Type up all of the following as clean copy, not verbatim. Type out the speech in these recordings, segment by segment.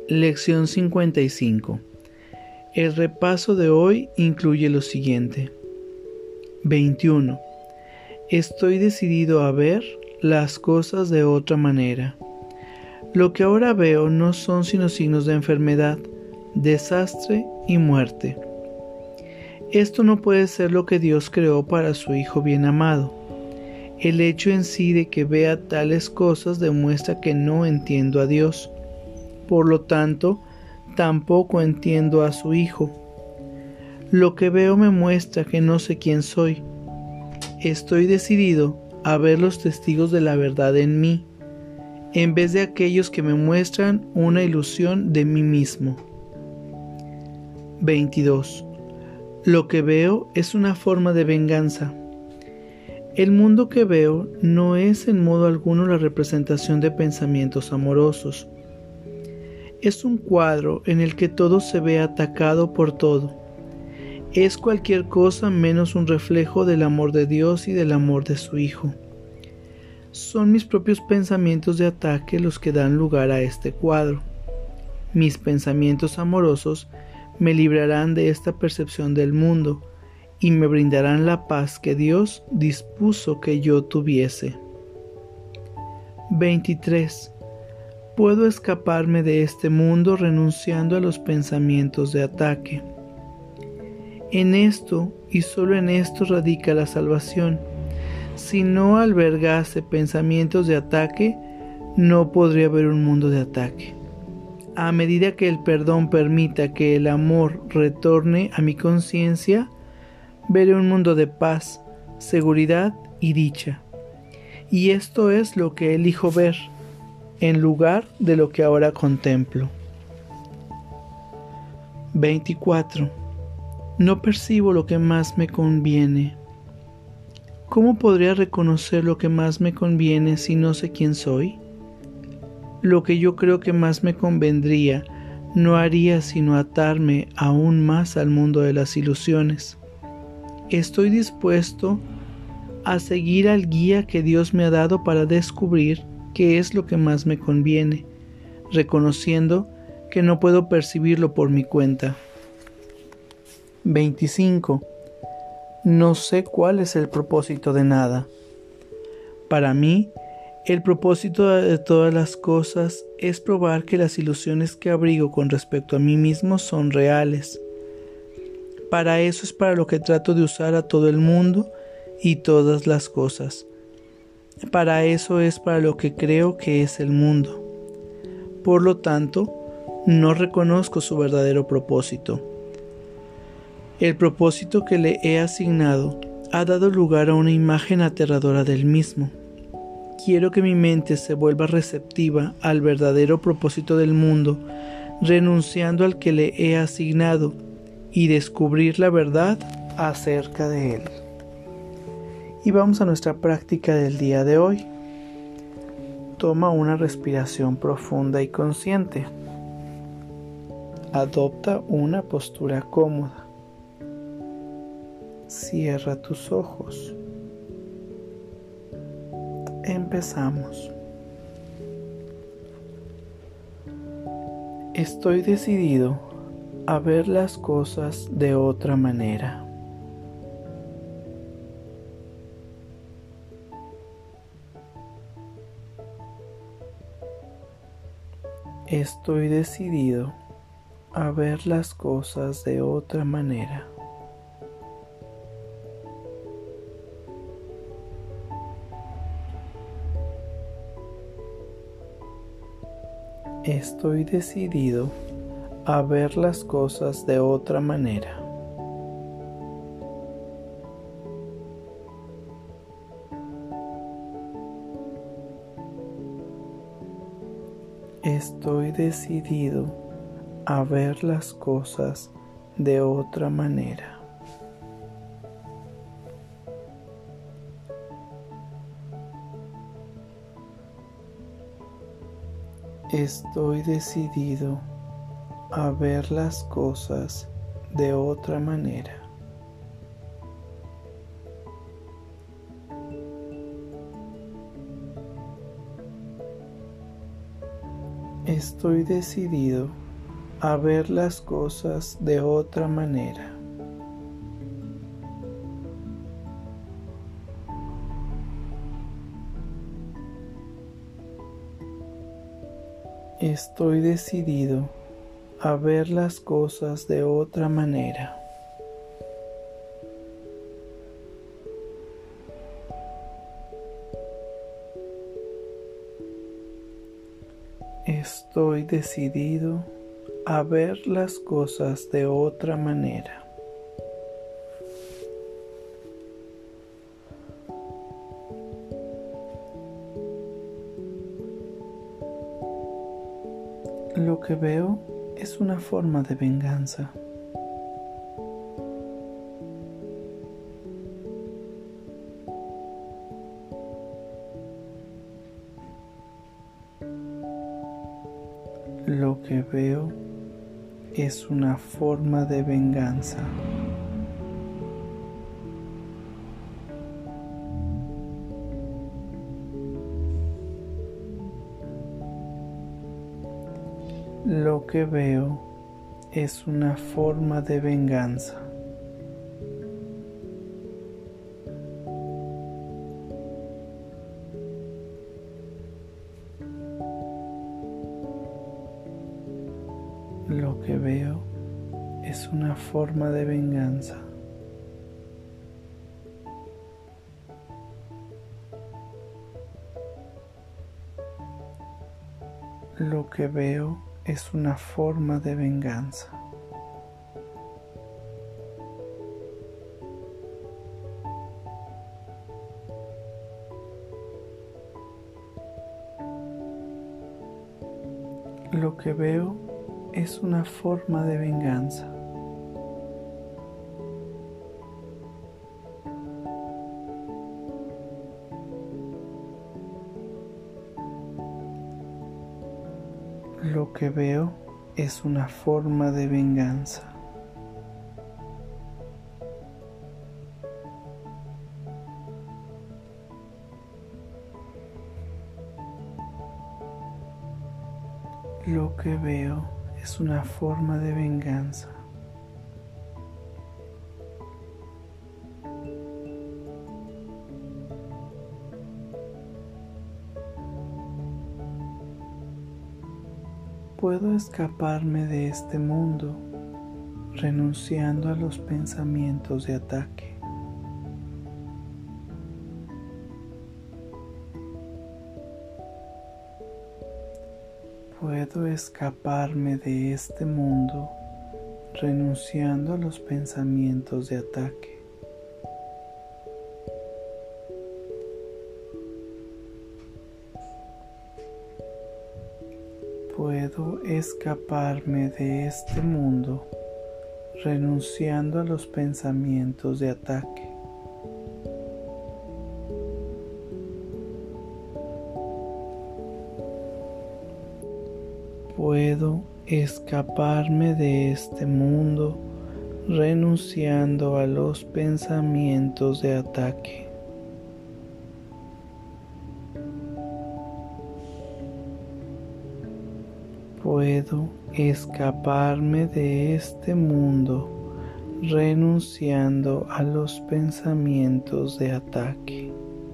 Lección 55. El repaso de hoy incluye lo siguiente. 21. Estoy decidido a ver las cosas de otra manera. Lo que ahora veo no son sino signos de enfermedad, desastre y muerte. Esto no puede ser lo que Dios creó para su Hijo bien amado. El hecho en sí de que vea tales cosas demuestra que no entiendo a Dios. Por lo tanto, tampoco entiendo a su Hijo. Lo que veo me muestra que no sé quién soy. Estoy decidido a ver los testigos de la verdad en mí, en vez de aquellos que me muestran una ilusión de mí mismo. 22. Lo que veo es una forma de venganza. El mundo que veo no es en modo alguno la representación de pensamientos amorosos. Es un cuadro en el que todo se ve atacado por todo. Es cualquier cosa menos un reflejo del amor de Dios y del amor de su Hijo. Son mis propios pensamientos de ataque los que dan lugar a este cuadro. Mis pensamientos amorosos me librarán de esta percepción del mundo y me brindarán la paz que Dios dispuso que yo tuviese. 23. Puedo escaparme de este mundo renunciando a los pensamientos de ataque. En esto, y solo en esto, radica la salvación. Si no albergase pensamientos de ataque, no podría haber un mundo de ataque. A medida que el perdón permita que el amor retorne a mi conciencia, veré un mundo de paz, seguridad y dicha. Y esto es lo que elijo ver, en lugar de lo que ahora contemplo. 24. No percibo lo que más me conviene. ¿Cómo podría reconocer lo que más me conviene si no sé quién soy? Lo que yo creo que más me convendría no haría sino atarme aún más al mundo de las ilusiones. Estoy dispuesto a seguir al guía que Dios me ha dado para descubrir qué es lo que más me conviene, reconociendo que no puedo percibirlo por mi cuenta. 25. No sé cuál es el propósito de nada. Para mí, el propósito de todas las cosas es probar que las ilusiones que abrigo con respecto a mí mismo son reales. Para eso es para lo que trato de usar a todo el mundo y todas las cosas. Para eso es para lo que creo que es el mundo. Por lo tanto, no reconozco su verdadero propósito. El propósito que le he asignado ha dado lugar a una imagen aterradora del mismo. Quiero que mi mente se vuelva receptiva al verdadero propósito del mundo, renunciando al que le he asignado, y descubrir la verdad acerca de él. Y vamos a nuestra práctica del día de hoy. Toma una respiración profunda y consciente. Adopta una postura cómoda. Cierra tus ojos. Empezamos. Estoy decidido a ver las cosas de otra manera. Estoy decidido a ver las cosas de otra manera. Estoy decidido a ver las cosas de otra manera. Estoy decidido a ver las cosas de otra manera. Estoy decidido a ver las cosas de otra manera. Estoy decidido a ver las cosas de otra manera. Estoy decidido a ver las cosas de otra manera. Estoy decidido a ver las cosas de otra manera. Lo que veo es una forma de venganza. Lo que veo es una forma de venganza. Lo que veo es una forma de venganza. Lo que veo es una forma de venganza. Lo que veo es una forma de venganza. Lo que veo es una forma de venganza. Lo que veo es una forma de venganza. Lo que veo es una forma de venganza. Puedo escaparme de este mundo renunciando a los pensamientos de ataque. Puedo escaparme de este mundo renunciando a los pensamientos de ataque. Puedo escaparme de este mundo renunciando a los pensamientos de ataque. Puedo escaparme de este mundo renunciando a los pensamientos de ataque. Puedo escaparme de este mundo renunciando a los pensamientos de ataque.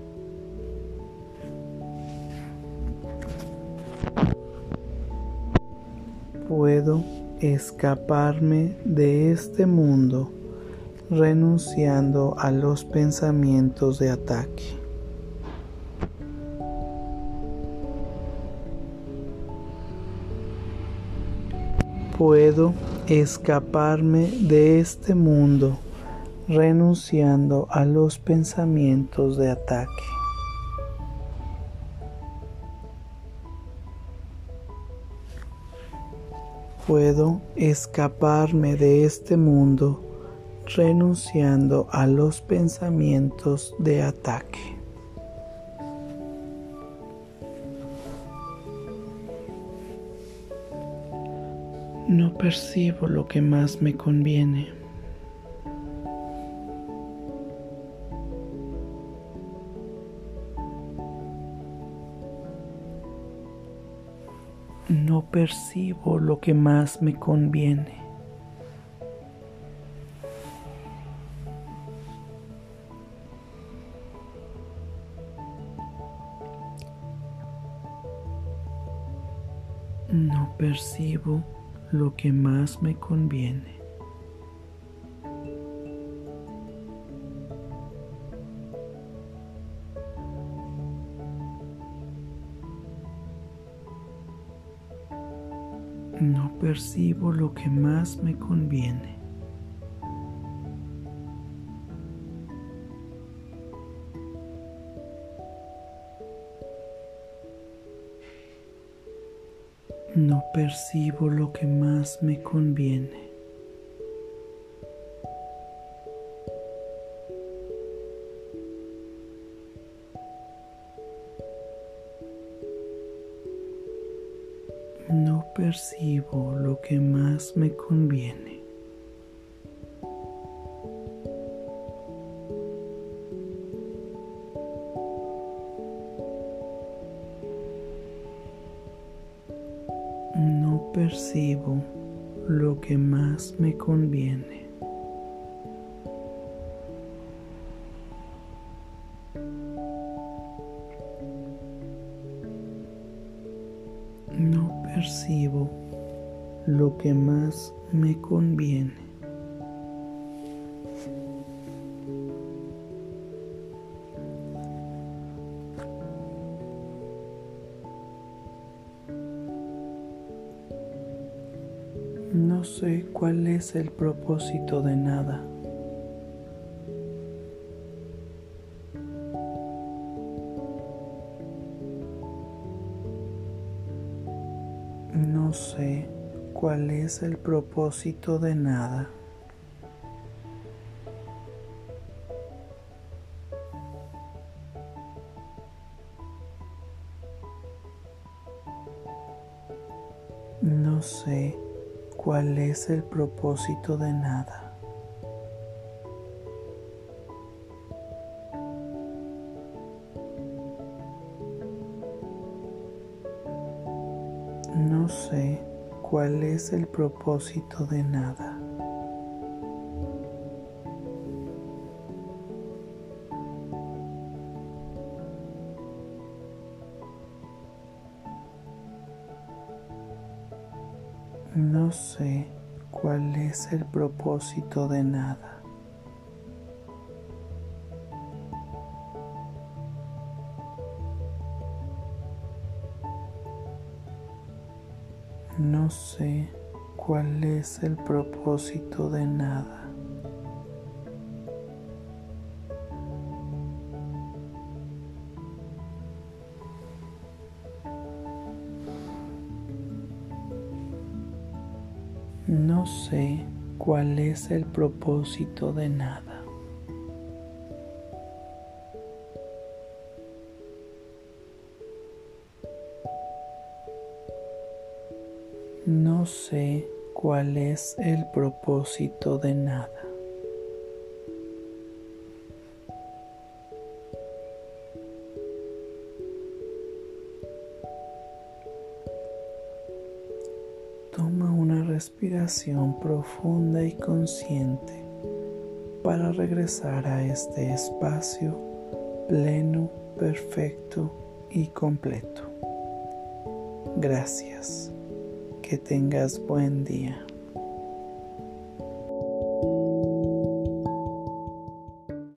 Puedo escaparme de este mundo renunciando a los pensamientos de ataque. Puedo escaparme de este mundo renunciando a los pensamientos de ataque. Puedo escaparme de este mundo renunciando a los pensamientos de ataque. No percibo lo que más me conviene. No percibo lo que más me conviene. No percibo lo que más me conviene. No percibo lo que más me conviene. No percibo lo que más me conviene. No percibo lo que más me conviene. No percibo lo que más me conviene. No percibo lo que más me conviene. No sé cuál es el propósito de nada. No sé cuál es el propósito de nada. No sé cuál es el propósito de nada. No sé cuál es el propósito de nada. No sé cuál es el propósito de nada. No sé cuál es el propósito de nada. No sé cuál es el propósito de nada. No sé cuál es el propósito de nada. Toma una respiración profunda y consciente para regresar a este espacio pleno, perfecto y completo. Gracias. Que tengas buen día.